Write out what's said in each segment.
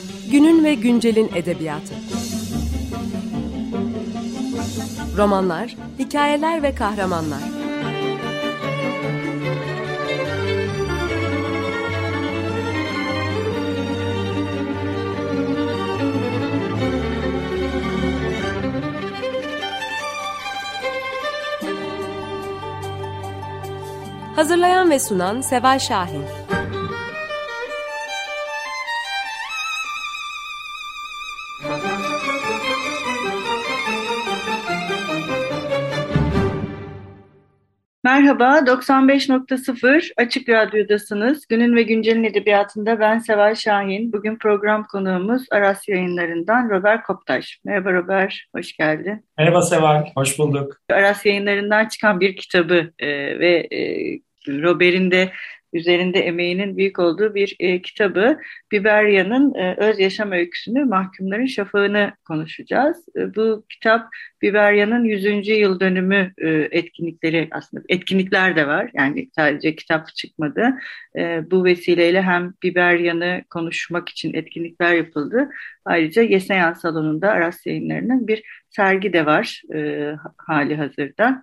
Günün ve güncelin edebiyatı. Romanlar, hikayeler ve kahramanlar. Hazırlayan ve sunan Seval Şahin. Merhaba, 95.0 Açık Radyo'dasınız. Günün ve Güncel'in edebiyatında ben Seval Şahin. Bugün program konuğumuz Aras Yayınları'ndan Robert Koptaş. Merhaba Robert, hoş geldin. Merhaba Seval, hoş bulduk. Aras Yayınları'ndan çıkan bir kitabı ve Robert'in de üzerinde emeğinin büyük olduğu bir kitabı. Biberya'nın öz yaşam öyküsünü, Mahkumların Şafağı'nı konuşacağız. Bu kitap Biberya'nın 100. yıl dönümü etkinlikleri, aslında etkinlikler de var. Yani sadece kitap çıkmadı. Bu vesileyle hem Biberya'nı konuşmak için etkinlikler yapıldı. Ayrıca Yeseyan Salonu'nda Aras Yayınları'nın bir sergi de var hali hazırda.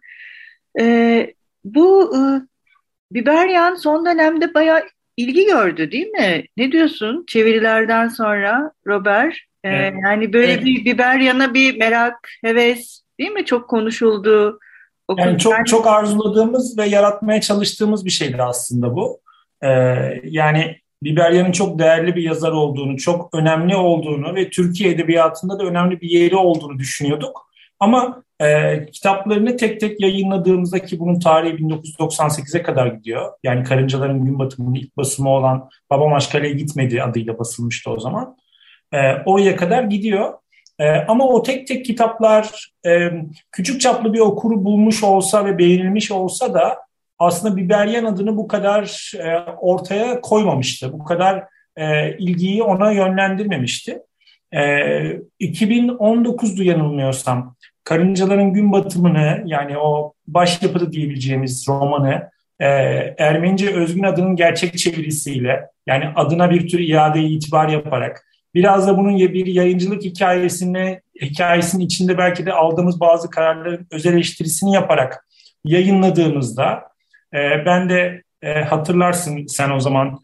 Bu Biberyan son dönemde bayağı ilgi gördü, değil mi? Ne diyorsun? Çevirilerden sonra Robert, Evet, yani böyle evet. bir Biberyan'a bir merak, heves, değil mi? Çok konuşuldu. Yani çok Okurken çok arzuladığımız ve yaratmaya çalıştığımız bir şeydi aslında bu. Ee, Yani Biberya'nın çok değerli bir yazar olduğunu, çok önemli olduğunu ve Türkiye edebiyatında da önemli bir yeri olduğunu düşünüyorduk. Ama kitaplarını tek tek yayınladığımızda, ki bunun tarihi 1998'e kadar gidiyor. Yani Karıncaların Gün Batımı'nın ilk basımı olan Babam Aşkale'ye Gitmedi adıyla basılmıştı o zaman. Oraya kadar gidiyor. Ama o tek tek kitaplar küçük çaplı bir okuru bulmuş olsa ve beğenilmiş olsa da aslında Biberyen adını bu kadar ortaya koymamıştı. Bu kadar ilgiyi ona yönlendirmemişti. 2019'du yanılmıyorsam. Karıncaların Gün Batımı'nı, yani o başyapıtı diyebileceğimiz romanı Ermenice özgün adının gerçek çevirisiyle, yani adına bir tür iade-i itibar yaparak, biraz da bunun bir yayıncılık hikayesinin içinde belki de aldığımız bazı kararların öz eleştirisini yaparak yayınladığımızda ben de hatırlarsın sen o zaman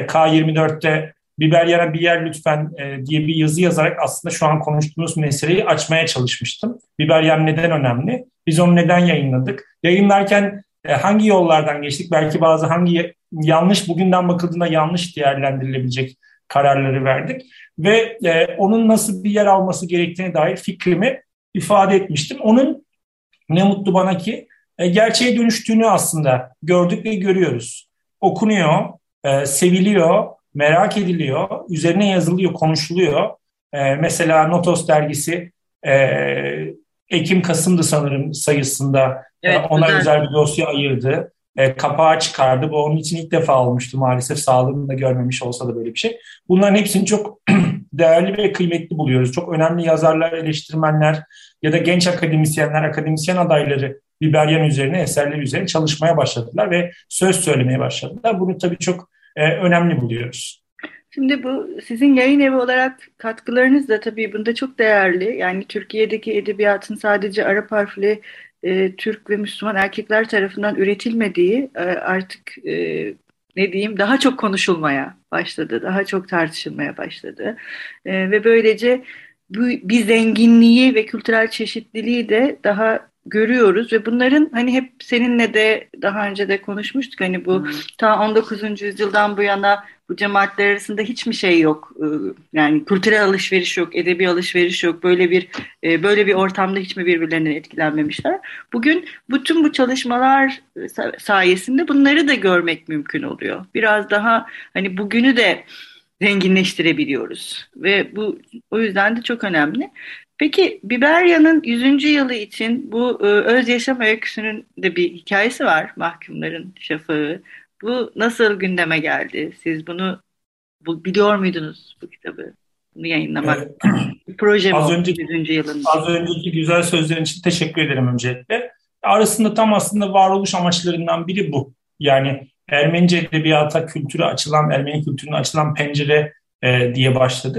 K24'te Biberyan'a bir yer lütfen diye bir yazı yazarak aslında şu an konuştuğumuz meseleyi açmaya çalışmıştım. Biberyan neden önemli? Biz onu neden yayınladık? Yayınlarken hangi yollardan geçtik? Belki bazı yanlış, bugünden bakıldığında yanlış değerlendirilebilecek kararları verdik ve onun nasıl bir yer alması gerektiğine dair fikrimi ifade etmiştim. Onun ne mutlu bana ki gerçeğe dönüştüğünü aslında gördük ve görüyoruz. Okunuyor, seviliyor, merak ediliyor, üzerine yazılıyor, konuşuluyor. Mesela Notos dergisi Ekim-Kasım'dı sanırım sayısında evet, ona güzel. özel bir dosya ayırdı. Kapağı çıkardı. Bu onun için ilk defa olmuştu maalesef. Sağlığını da görmemiş olsa da böyle bir şey. Bunların hepsini çok değerli ve kıymetli buluyoruz. Çok önemli yazarlar, eleştirmenler ya da genç akademisyenler, akademisyen adayları Biberyan üzerine, eserleri üzerine çalışmaya başladılar ve söz söylemeye başladılar. Bunu tabii çok önemli buluyoruz. Şimdi bu sizin yayın evi olarak katkılarınız da tabii bunda çok değerli. Yani Türkiye'deki edebiyatın sadece Arap harfli Türk ve Müslüman erkekler tarafından üretilmediği artık ne diyeyim, daha çok konuşulmaya başladı, daha çok tartışılmaya başladı. Ve böylece bu bir zenginliği ve kültürel çeşitliliği de daha görüyoruz ve bunların, hani hep seninle de daha önce de konuşmuştuk, hani bu ta 19. yüzyıldan bu yana bu cemaatler arasında hiç mi şey yok? Yani kültürel alışveriş yok, edebi alışveriş yok. Böyle bir ortamda hiç mi birbirlerinden etkilenmemişler? Bugün bütün bu çalışmalar sayesinde bunları da görmek mümkün oluyor. Biraz daha hani bugünü de zenginleştirebiliyoruz ve bu o yüzden de çok önemli. Peki Biberya'nın 100. yılı için bu öz yaşam öyküsünün de bir hikayesi var, Mahkumların Şafağı. Bu nasıl gündeme geldi? Siz bunu biliyor muydunuz, bu kitabı? Bunu yayınlamak. E, Bir proje mi az oldu önceki 100. yılın için? Az önceki güzel sözlerin için teşekkür ederim öncelikle. Arasında tam aslında varoluş amaçlarından biri bu. Yani Ermenice edebiyata, kültüre açılan, Ermeni kültürüne açılan pencere diye başladık.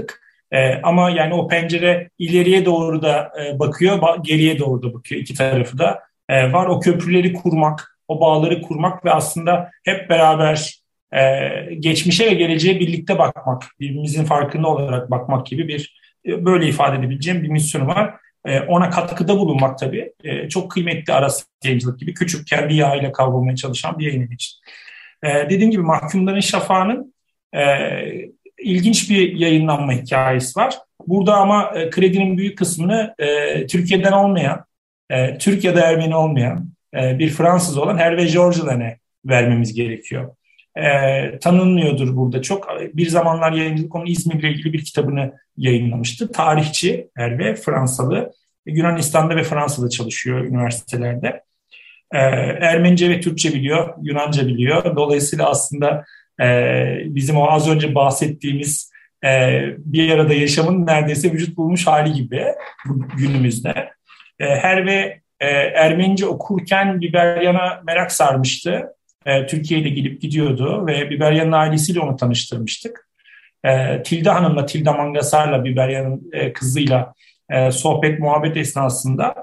Ama yani o pencere ileriye doğru da bakıyor, geriye doğru da bakıyor. İki tarafı da var. O köprüleri kurmak, o bağları kurmak ve aslında hep beraber geçmişe ve geleceğe birlikte bakmak, birbirimizin farkında olarak bakmak gibi böyle ifade edebileceğim bir misyonu var. Ona katkıda bulunmak tabii çok kıymetli Aras Yayıncılık gibi küçük kendi yağıyla kavrulmaya çalışan bir yayın için. Dediğim gibi Mahkumların Şafağı'nın e, ilginç bir yayınlanma hikayesi var. Burada ama kredinin büyük kısmını Türkiye'den olmayan, Türkiye'de Ermeni olmayan bir Fransız olan Hervé Georgelan'e vermemiz gerekiyor. Tanınmıyordur burada çok. Bir zamanlar yayıncılık onun İzmir'le ilgili bir kitabını yayınlamıştı. Tarihçi Hervé, Fransalı. Yunanistan'da ve Fransa'da çalışıyor üniversitelerde. Ermenice ve Türkçe biliyor, Yunanca biliyor. Dolayısıyla aslında bizim o az önce bahsettiğimiz bir arada yaşamın neredeyse vücut bulmuş hali gibi günümüzde. Hervé Ermenice okurken Biberyan'a merak sarmıştı. Türkiye'de gelip gidiyordu ve Biberyan'ın ailesiyle onu tanıştırmıştık. Tilda Hanım'la, Tilda Mangasar'la, Biberyan'ın kızıyla sohbet, muhabbet esnasında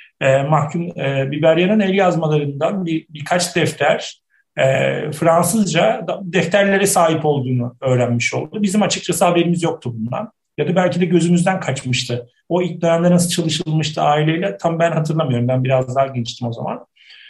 Biberyan'ın el yazmalarından birkaç defter Fransızca defterlere sahip olduğunu öğrenmiş oldu. Bizim açıkçası haberimiz yoktu bundan. Ya da belki de gözümüzden kaçmıştı. O ilk dönemde nasıl çalışılmıştı aileyle tam ben hatırlamıyorum. Ben biraz daha gençtim o zaman.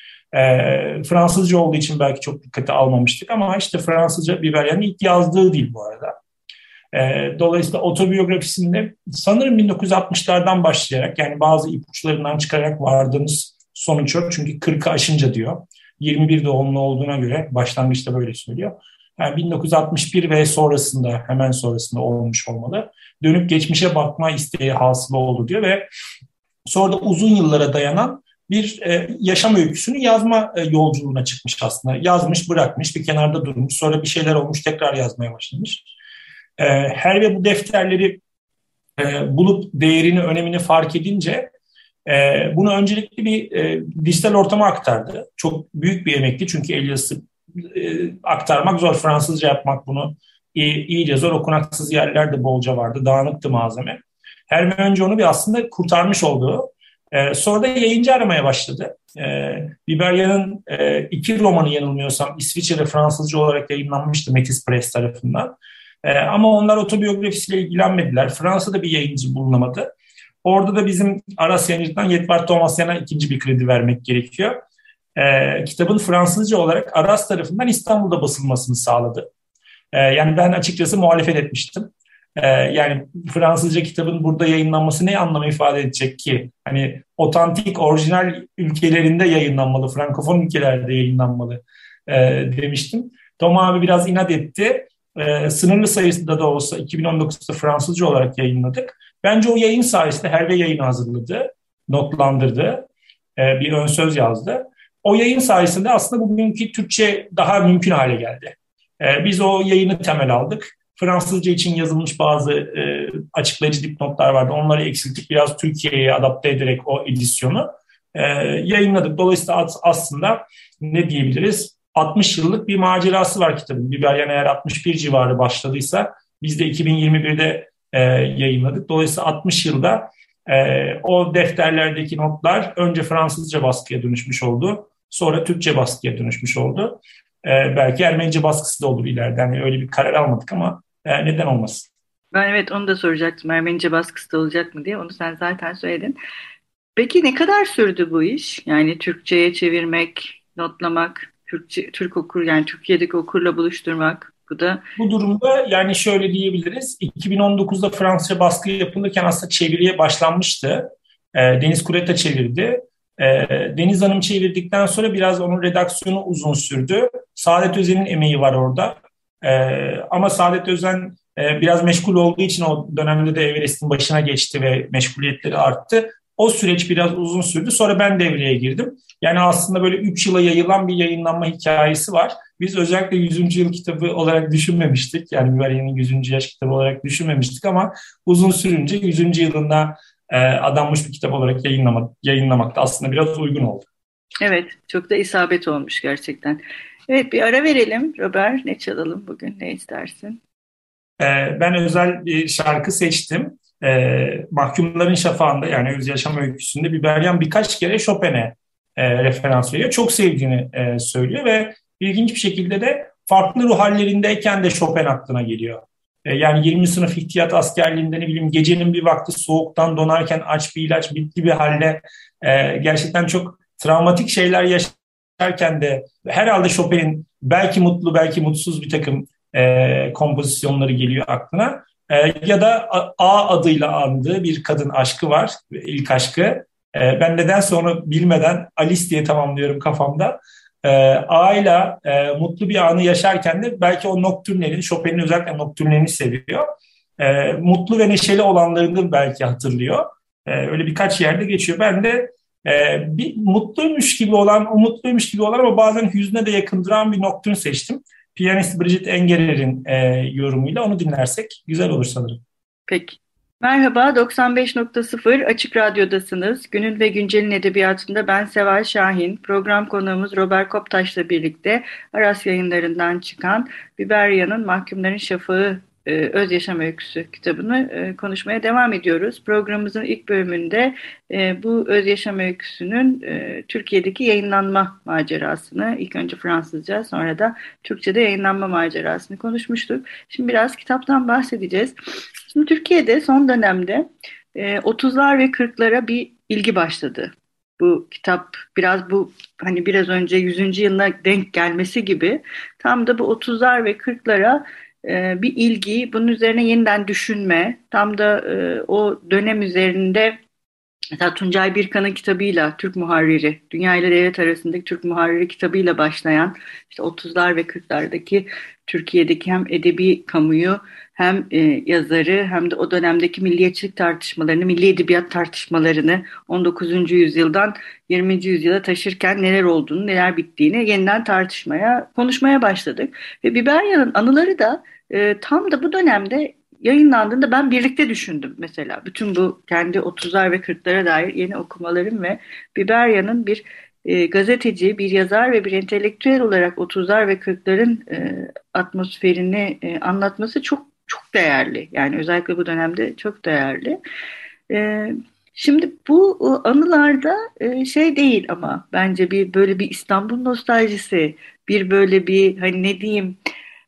Fransızca olduğu için belki çok dikkate almamıştık ama işte Fransızca Biberyan'ın ilk yazdığı dil bu arada. Dolayısıyla otobiyografisinde sanırım 1960'lardan başlayarak yani bazı ipuçlarından çıkarak vardığımız sonuç o. Çünkü 40'ı aşınca diyor. 21 doğumlu olduğuna göre başlangıçta böyle söylüyor. Yani 1961 ve sonrasında hemen sonrasında olmuş olmalı. Dönüp geçmişe bakma isteği hasılı oldu diyor ve sonra da uzun yıllara dayanan bir yaşam öyküsünü yazma yolculuğuna çıkmış aslında. Yazmış, bırakmış, bir kenarda durmuş. Sonra bir şeyler olmuş, tekrar yazmaya başlamış. Hervé bu defterleri bulup değerini, önemini fark edince bunu öncelikle bir dijital ortama aktardı. Çok büyük bir emekti çünkü el yazısı aktarmak zor. Fransızca yapmak bunu iyice zor. Okunaksız yerler de bolca vardı. Dağınıktı malzeme. Hervé önce onu bir aslında kurtarmış oldu. Sonra da yayıncı aramaya başladı. Biberyan'ın iki romanı yanılmıyorsam İsviçre'de Fransızca olarak yayınlanmıştı Metis Press tarafından. Ama onlar otobiyografisiyle ilgilenmediler. Fransa'da bir yayıncı bulunamadı. Orada da bizim Aras Yayıncılık'tan Yetvar Thomasyan'a ikinci bir kredi vermek gerekiyor. Kitabın Fransızca olarak Aras tarafından İstanbul'da basılmasını sağladı. Yani ben açıkçası muhalefet etmiştim. Yani Fransızca kitabın burada yayınlanması ne anlamı ifade edecek ki? Hani otantik, orijinal ülkelerinde yayınlanmalı, Frankofon ülkelerde yayınlanmalı demiştim. Tom abi biraz inat etti. Sınırlı sayısında da olsa 2019'da Fransızca olarak yayınladık. Bence o yayın sayesinde Hervé yayını hazırladı, notlandırdı, bir ön söz yazdı. O yayın sayesinde aslında bugünkü Türkçe daha mümkün hale geldi. Biz o yayını temel aldık. Fransızca için yazılmış bazı açıklayıcı dipnotlar vardı. Onları eksiltip biraz Türkiye'ye adapte ederek o edisyonu yayınladık. Dolayısıyla aslında ne diyebiliriz? 60 yıllık bir macerası var kitabın. Biberyan eğer 61 civarı başladıysa biz de 2021'de yayınladık. Dolayısıyla 60 yılda o defterlerdeki notlar önce Fransızca baskıya dönüşmüş oldu. Sonra Türkçe baskıya dönüşmüş oldu. Belki Ermenice baskısı da olur ileride. Yani öyle bir karar almadık ama neden olmasın? Ben evet onu da soracaktım. Ermenice baskısı da olacak mı diye. Onu sen zaten söyledin. Peki ne kadar sürdü bu iş? Yani Türkçe'ye çevirmek, notlamak, Türk okur yani Türkiye'deki okurla buluşturmak. Bu da Bu durumda yani şöyle diyebiliriz. 2019'da Fransızca baskı yapılırken aslında çeviriye başlanmıştı. Deniz Kureta çevirdi. Deniz Hanım çevirdikten sonra biraz onun redaksiyonu uzun sürdü. Saadet Özen'in emeği var orada. Ama Saadet Özen biraz meşgul olduğu için o dönemde de Everest'in başına geçti ve meşguliyetleri arttı. O süreç biraz uzun sürdü. Sonra ben devreye girdim. Yani aslında böyle 3 yıla yayılan bir yayınlanma hikayesi var. Biz özellikle 100. yıl kitabı olarak düşünmemiştik. Yani Müberyan'ın 100. yaş kitabı olarak düşünmemiştik ama uzun sürünce 100. yılında adanmış bir kitap olarak yayınlamak da aslında biraz uygun oldu. evet çok da isabet olmuş gerçekten. Evet bir ara verelim. Robert ne çalalım bugün ne istersin? Ben özel bir şarkı seçtim. Mahkumların Şafağı'nda yani Öz Yaşam Öyküsü'nde Biberyan birkaç kere Chopin'e referans veriyor. Çok sevdiğini söylüyor ve ilginç bir şekilde de farklı ruh hallerindeyken de Chopin aklına geliyor. Yani 20 sınıf ihtiyat askerliğinde ne bileyim gecenin bir vakti soğuktan donarken aç bir ilaç bitki bir halde gerçekten çok travmatik şeyler yaşarken de herhalde Chopin'in belki mutlu belki mutsuz bir takım kompozisyonları geliyor aklına. Ya da A adıyla andığı bir kadın aşkı var, ilk aşkı. Ben nedense onu bilmeden Alice diye tamamlıyorum kafamda. A ile mutlu bir anı yaşarken de belki o noktürnlerin, Chopin'in özellikle noktürnlerini seviyor. Mutlu ve neşeli olanlarını belki hatırlıyor. Öyle birkaç yerde geçiyor. Ben de bir mutluymuş gibi olan, umutluymuş gibi olan ama bazen hüzne de yakındıran bir noktürn seçtim. Piyanist Bridget Engerer'in yorumuyla onu dinlersek güzel olur sanırım. Peki. Merhaba, 95.0 Açık Radyo'dasınız. Günün ve Güncel'in edebiyatında ben Seval Şahin. Program konuğumuz Robert Koptaş'la birlikte Aras Yayınları'ndan çıkan Biberya'nın Mahkumların Şafağı Öz Yaşam Öyküsü kitabını konuşmaya devam ediyoruz. Programımızın ilk bölümünde bu Öz Yaşam Öyküsü'nün Türkiye'deki yayınlanma macerasını, ilk önce Fransızca sonra da Türkçe'de yayınlanma macerasını konuşmuştuk. Şimdi biraz kitaptan bahsedeceğiz. Şimdi Türkiye'de son dönemde 30'lar ve 40'lara bir ilgi başladı. Bu kitap biraz bu hani biraz önce 100. yılına denk gelmesi gibi tam da bu 30'lar ve 40'lara bir ilgi, bunun üzerine yeniden düşünme, tam da o dönem üzerinde mesela Tuncay Birkan'ın kitabıyla Türk Muharriri, Dünya ile Devlet arasındaki Türk Muharriri kitabıyla başlayan işte 30'lar ve 40'lardaki Türkiye'deki hem edebi kamuyu hem yazarı hem de o dönemdeki milliyetçilik tartışmalarını, milli edebiyat tartışmalarını 19. yüzyıldan 20. yüzyıla taşırken neler olduğunu, neler bittiğini yeniden tartışmaya, konuşmaya başladık. Ve Biberya'nın anıları da tam da bu dönemde yayınlandığında ben birlikte düşündüm mesela. Bütün bu kendi 30'lar ve 40'lara dair yeni okumalarım ve Biberya'nın bir gazeteci, bir yazar ve bir entelektüel olarak 30'lar ve 40'ların atmosferini anlatması çok çok değerli. Yani özellikle bu dönemde çok değerli. E, Şimdi bu anılarda şey değil ama bence bir böyle bir İstanbul nostaljisi, bir böyle bir hani ne diyeyim,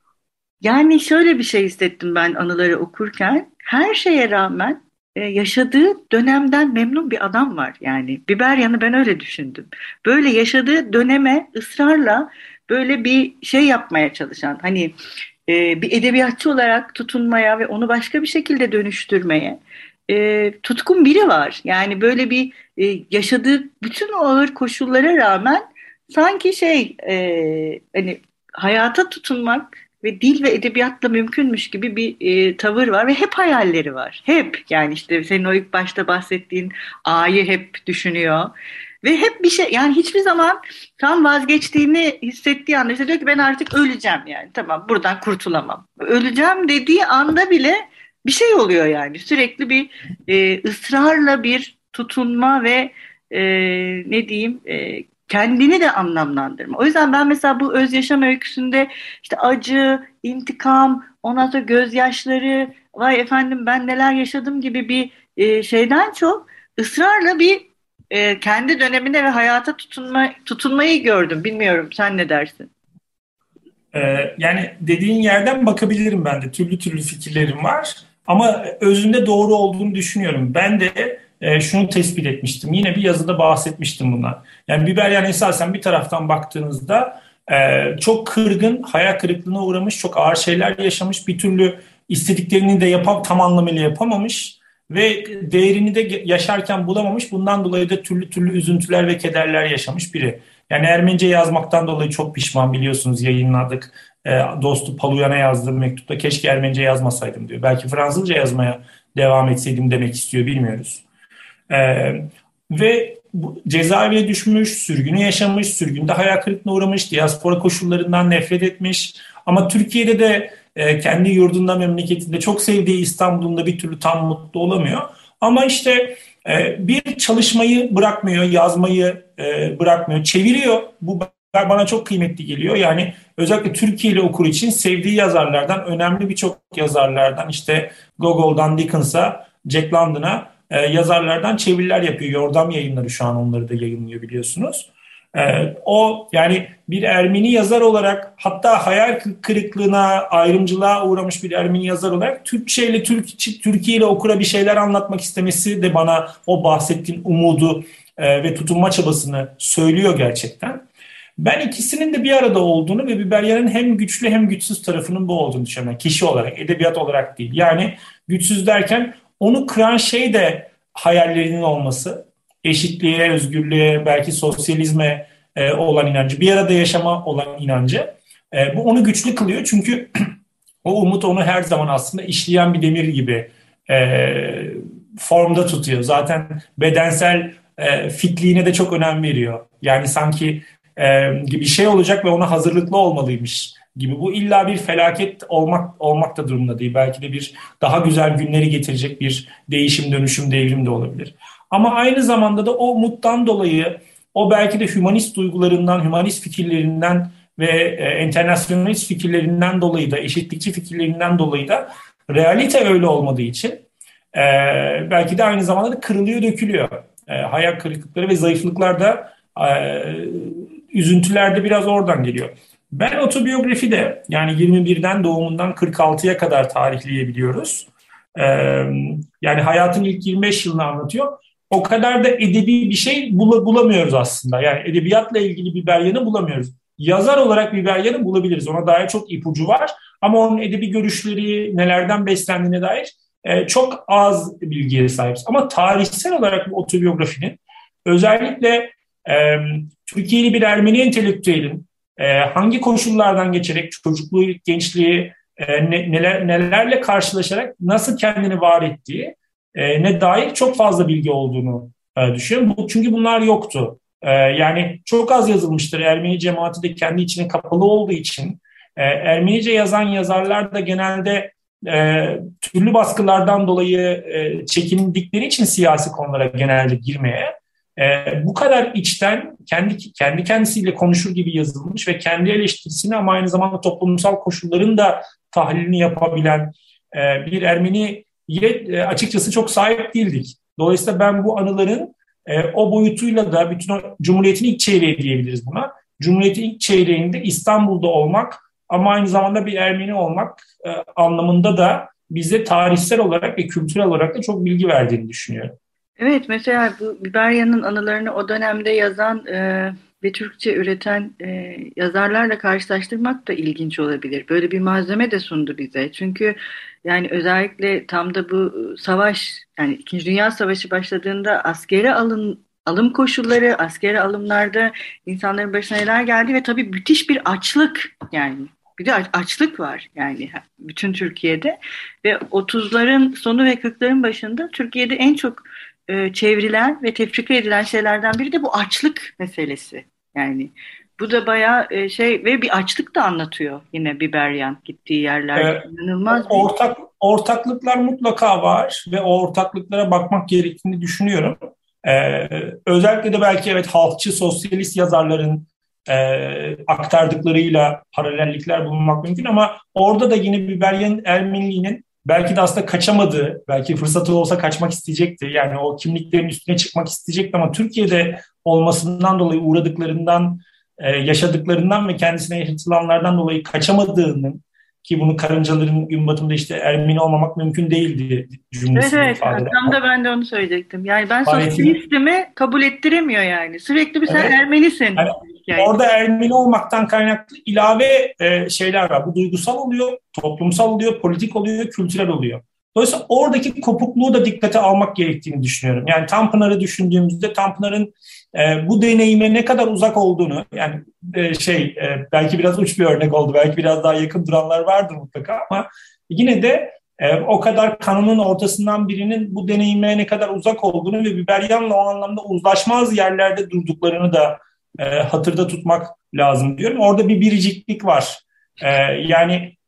yani şöyle bir şey hissettim ben anıları okurken. Her şeye rağmen yaşadığı dönemden memnun bir adam var. Yani Biberyan'ı ben öyle düşündüm. Böyle yaşadığı döneme ısrarla böyle bir şey yapmaya çalışan, hani bir edebiyatçı olarak tutunmaya ve onu başka bir şekilde dönüştürmeye tutkun biri var. Yani böyle bir yaşadığı bütün o ağır koşullara rağmen sanki şey hani hayata tutunmak ve dil ve edebiyatla mümkünmüş gibi bir tavır var ve hep hayalleri var. Hep yani işte senin o ilk başta bahsettiğin A'yı hep düşünüyor. Ve hep bir şey, yani hiçbir zaman tam vazgeçtiğini hissettiği anda işte diyor ki ben artık öleceğim, yani tamam buradan kurtulamam. Öleceğim dediği anda bile bir şey oluyor yani, sürekli bir ısrarla bir tutunma ve e, ne diyeyim kendini de anlamlandırma. O yüzden ben mesela bu öz yaşam öyküsünde işte acı, intikam, ondan sonra gözyaşları, vay efendim ben neler yaşadım gibi bir şeyden çok ısrarla bir kendi dönemine ve hayata tutunmayı gördüm. Bilmiyorum, sen ne dersin? Yani dediğin yerden bakabilirim ben de. Türlü türlü fikirlerim var. Ama özünde doğru olduğunu düşünüyorum. Ben de şunu tespit etmiştim. Yine bir yazıda bahsetmiştim bundan. Yani Biberyan esasen bir taraftan baktığınızda çok kırgın, hayal kırıklığına uğramış, çok ağır şeyler yaşamış. Bir türlü istediklerini de tam anlamıyla yapamamış. Ve değerini de yaşarken bulamamış. Bundan dolayı da türlü türlü üzüntüler ve kederler yaşamış biri. Yani Ermenice yazmaktan dolayı çok pişman, biliyorsunuz, yayınladık. Dostu Paluyan'a yazdığım mektupta keşke Ermenice yazmasaydım diyor. Belki Fransızca yazmaya devam etseydim demek istiyor, bilmiyoruz. E, Ve cezaevine düşmüş, sürgünü yaşamış, sürgünde hayal kırıklığına uğramış, diaspora koşullarından nefret etmiş. Ama Türkiye'de de kendi yurdunda, memleketinde çok sevdiği İstanbul'unda bir türlü tam mutlu olamıyor. Ama işte bir çalışmayı bırakmıyor, yazmayı bırakmıyor, çeviriyor. Bu bana çok kıymetli geliyor. Yani özellikle Türkiye'li okur için sevdiği yazarlardan, önemli birçok yazarlardan, işte Gogol'dan Dickens'a, Jack London'a yazarlardan çeviriler yapıyor. Yordam Yayınları şu an onları da yayınlıyor, biliyorsunuz. O yani bir Ermeni yazar olarak, hatta hayal kırıklığına, ayrımcılığa uğramış bir Ermeni yazar olarak Türkçe ile Türkiye ile okura bir şeyler anlatmak istemesi de bana o bahsettiğim umudu ve tutunma çabasını söylüyor gerçekten. Ben ikisinin de bir arada olduğunu ve Biberyan'ın hem güçlü hem güçsüz tarafının bu olduğunu düşünüyorum. Yani kişi olarak, edebiyat olarak değil. Yani güçsüz derken onu kıran şey de hayallerinin olması, eşitliğe, özgürlüğe, belki sosyalizme olan inancı, bir arada yaşama olan inancı. Bu onu güçlü kılıyor çünkü o umut onu her zaman aslında işleyen bir demir gibi formda tutuyor. Zaten bedensel fitliğine de çok önem veriyor. Yani sanki gibi bir şey olacak ve ona hazırlıklı olmalıymış gibi. Bu illa bir felaket olmak da durumunda değil. Belki de bir daha güzel günleri getirecek bir değişim, dönüşüm, devrim de olabilir. Ama aynı zamanda da o umuttan dolayı, o belki de hümanist duygularından, hümanist fikirlerinden ve enternasyonalist fikirlerinden dolayı da, eşitlikçi fikirlerinden dolayı da realite öyle olmadığı için belki de aynı zamanda da kırılıyor, dökülüyor. Hayal kırıklıkları ve zayıflıklar da üzüntüler de biraz oradan geliyor. Ben otobiyografi de, yani 21'den doğumundan 46'ya kadar tarihleyebiliyoruz. Yani hayatın ilk 25 yılını anlatıyor. O kadar da edebi bir şey bulamıyoruz aslında. Yani edebiyatla ilgili Biberyan'ı bulamıyoruz. Yazar olarak Biberyan'ı bulabiliriz. Ona dair çok ipucu var. Ama onun edebi görüşleri, nelerden beslendiğine dair çok az bilgiye sahibiz. Ama tarihsel olarak bu otobiyografinin özellikle Türkiye'li bir Ermeni entelektüelin hangi koşullardan geçerek çocukluğu, gençliği nelerle karşılaşarak nasıl kendini var ettiği ne dair çok fazla bilgi olduğunu düşünüyorum. Çünkü bunlar yoktu. Yani çok az yazılmıştır. Ermeni cemaati de kendi içine kapalı olduğu için Ermenice yazan yazarlar da genelde türlü baskılardan dolayı çekindikleri için siyasi konulara genelde girmeye bu kadar içten kendi kendisiyle konuşur gibi yazılmış ve kendi eleştirisini ama aynı zamanda toplumsal koşulların da tahlilini yapabilen bir Ermeniye açıkçası çok sahip değildik. Dolayısıyla ben bu anıların o boyutuyla da bütün o Cumhuriyet'in ilk çeyreği diyebiliriz buna. Cumhuriyet'in ilk çeyreğinde İstanbul'da olmak ama aynı zamanda bir Ermeni olmak anlamında da bize tarihsel olarak ve kültürel olarak da çok bilgi verdiğini düşünüyorum. Evet, mesela bu Biberyan'ın anılarını o dönemde yazan ve Türkçe üreten yazarlarla karşılaştırmak da ilginç olabilir. Böyle bir malzeme de sundu bize. Çünkü yani özellikle tam da bu savaş, yani İkinci Dünya Savaşı başladığında alım koşulları, askeri alımlarda insanların başına neler geldi ve tabii müthiş bir açlık, yani bir de açlık var yani bütün Türkiye'de ve 30'ların sonu ve 40'ların başında Türkiye'de en çok çevrilen ve tefrika edilen şeylerden biri de bu açlık meselesi. Yani bu da bayağı şey ve bir açlık da anlatıyor yine Biberyan gittiği yerlerde. İnanılmaz bir... Ortaklıklar mutlaka var ve o ortaklıklara bakmak gerektiğini düşünüyorum. Özellikle de belki evet halkçı, sosyalist yazarların aktardıklarıyla paralellikler bulunmak mümkün ama orada da yine Biberyan'ın Ermeniliğinin belki de aslında kaçamadığı, belki fırsatı olsa kaçmak isteyecekti. Yani o kimliklerin üstüne çıkmak isteyecekti ama Türkiye'de olmasından dolayı uğradıklarından, yaşadıklarından ve kendisine yaşatılanlardan dolayı kaçamadığının, ki bunu karıncaların gün batımında işte Ermeni olmamak mümkün değildi cümlesini Evet, ifade eder. tam da ben de onu söyleyecektim. Yani ben Gayet sosyalistimi kabul ettiremiyor yani. Sürekli bir sen evet. Ermenisin. Yani orada Ermeni olmaktan kaynaklı ilave şeyler var. Bu duygusal oluyor, toplumsal oluyor, politik oluyor, kültürel oluyor. Dolayısıyla oradaki kopukluğu da dikkate almak gerektiğini düşünüyorum. Yani Tanpınar'ı düşündüğümüzde Tanpınar'ın bu deneyime ne kadar uzak olduğunu, yani belki biraz uç bir örnek oldu, belki biraz daha yakın duranlar vardır mutlaka ama yine de o kadar kanının ortasından birinin bu deneyime ne kadar uzak olduğunu ve Biberyan'la o anlamda uzlaşmaz yerlerde durduklarını da hatırda tutmak lazım diyorum. Orada bir biriciklik var. Yani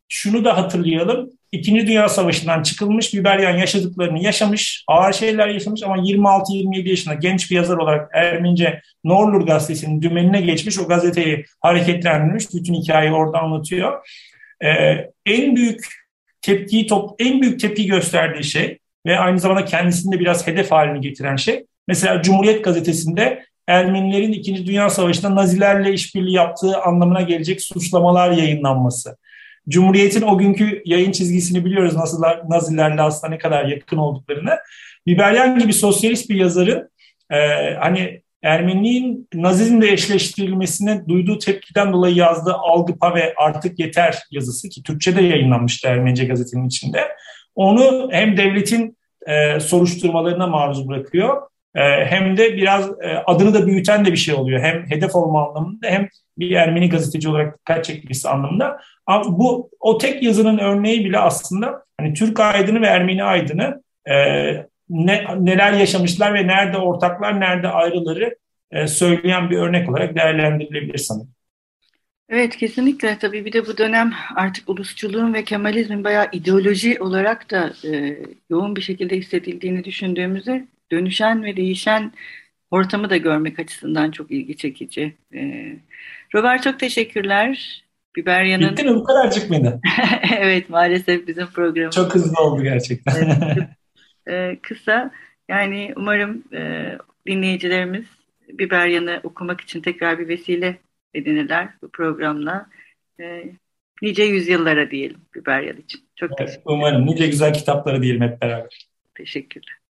şunu da hatırlayalım. İkinci Dünya Savaşı'ndan çıkılmış, Biberyan yaşadıklarını yaşamış, ağır şeyler yaşamış ama 26-27 yaşında genç bir yazar olarak Ermenice Norlur gazetesinin dümenine geçmiş, o gazeteyi hareketlendirmiş, bütün hikayeyi orada anlatıyor. En büyük en büyük tepki gösterdiği şey ve aynı zamanda kendisini de biraz hedef haline getiren şey, mesela Cumhuriyet Gazetesi'nde Ermenilerin İkinci Dünya Savaşı'nda Nazilerle işbirliği yaptığı anlamına gelecek suçlamalar yayınlanması. Cumhuriyet'in o günkü yayın çizgisini biliyoruz, Nazilerle aslında ne kadar yakın olduklarını. Biberyan gibi sosyalist bir yazarın hani Ermeniliğin Nazizmle eşleştirilmesine duyduğu tepkiden dolayı yazdığı Algıpa ve Artık Yeter yazısı, ki Türkçe'de yayınlanmıştı Ermenice gazetenin içinde, onu hem devletin soruşturmalarına maruz bırakıyor, hem de biraz adını da büyüten de bir şey oluyor. Hem hedef olma anlamında hem bir Ermeni gazeteci olarak dikkat çekmesi anlamında. Ama bu o tek yazının örneği bile aslında hani Türk aydını ve Ermeni aydını neler yaşamışlar ve nerede ortaklar, nerede ayrıları söyleyen bir örnek olarak değerlendirilebilir sanırım. Evet, kesinlikle. Tabii bir de bu dönem artık ulusçuluğun ve Kemalizmin bayağı ideoloji olarak da yoğun bir şekilde hissedildiğini düşündüğümüzde dönüşen ve değişen ortamı da görmek açısından çok ilgi çekici. Robert, çok teşekkürler. Biberyan'ın Bitti mi? Bu kadarcık mıydı? evet, maalesef bizim Çok programımız hızlı oldu gerçekten. kısa. Yani umarım dinleyicilerimiz Biberyan'ı okumak için tekrar bir vesile edinirler bu programla. E, Nice yüzyıllara diyelim Biberyan için. Çok Evet, teşekkür umarım nice güzel kitapları diyelim hep beraber. teşekkürler.